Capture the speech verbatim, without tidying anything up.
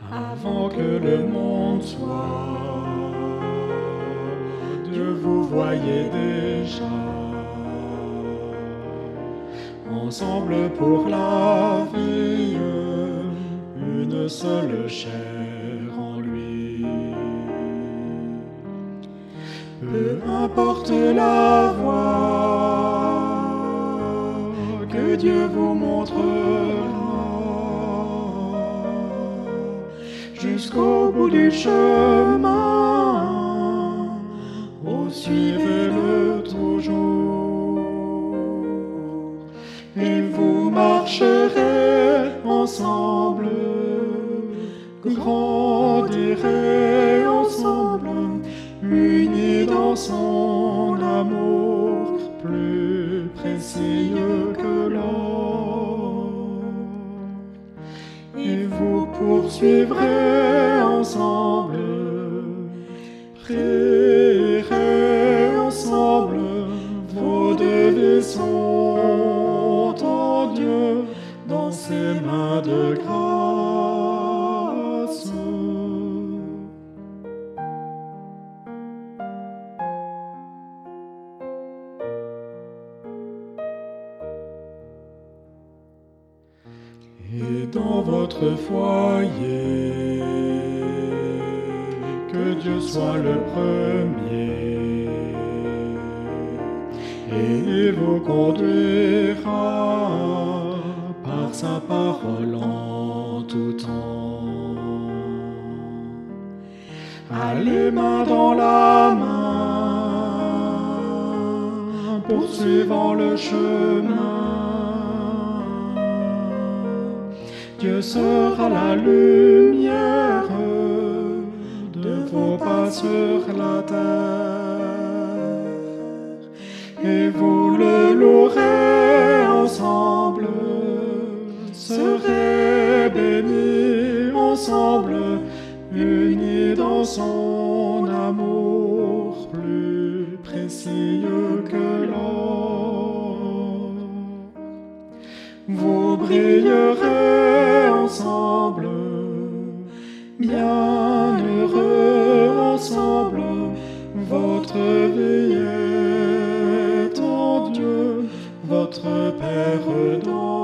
Avant que le monde soit, Dieu vous voyait déjà. Ensemble pour la vie, une seule chair en lui. Peu importe la voie que Dieu vous montrera, jusqu'au bout du chemin, oh, suivez-le toujours, et vous marcherez ensemble, grandirez ensemble, unis dans son amour plus précieux que l'or. Et vous poursuivrez ensemble, prierez ensemble, vos deux vies sont en Dieu, dans ses mains de grâce. Et dans votre foyer, que Dieu soit le premier, et il vous conduira par sa parole en tout temps. Allez main dans la main, poursuivant le chemin. Dieu sera la lumière de vos pas sur la terre, et vous le louerez ensemble, serez bénis ensemble, unis dans son amour plus précieux que l'or. Vous brillerez ensemble, bien heureux ensemble, votre vie est en Dieu, votre Père dans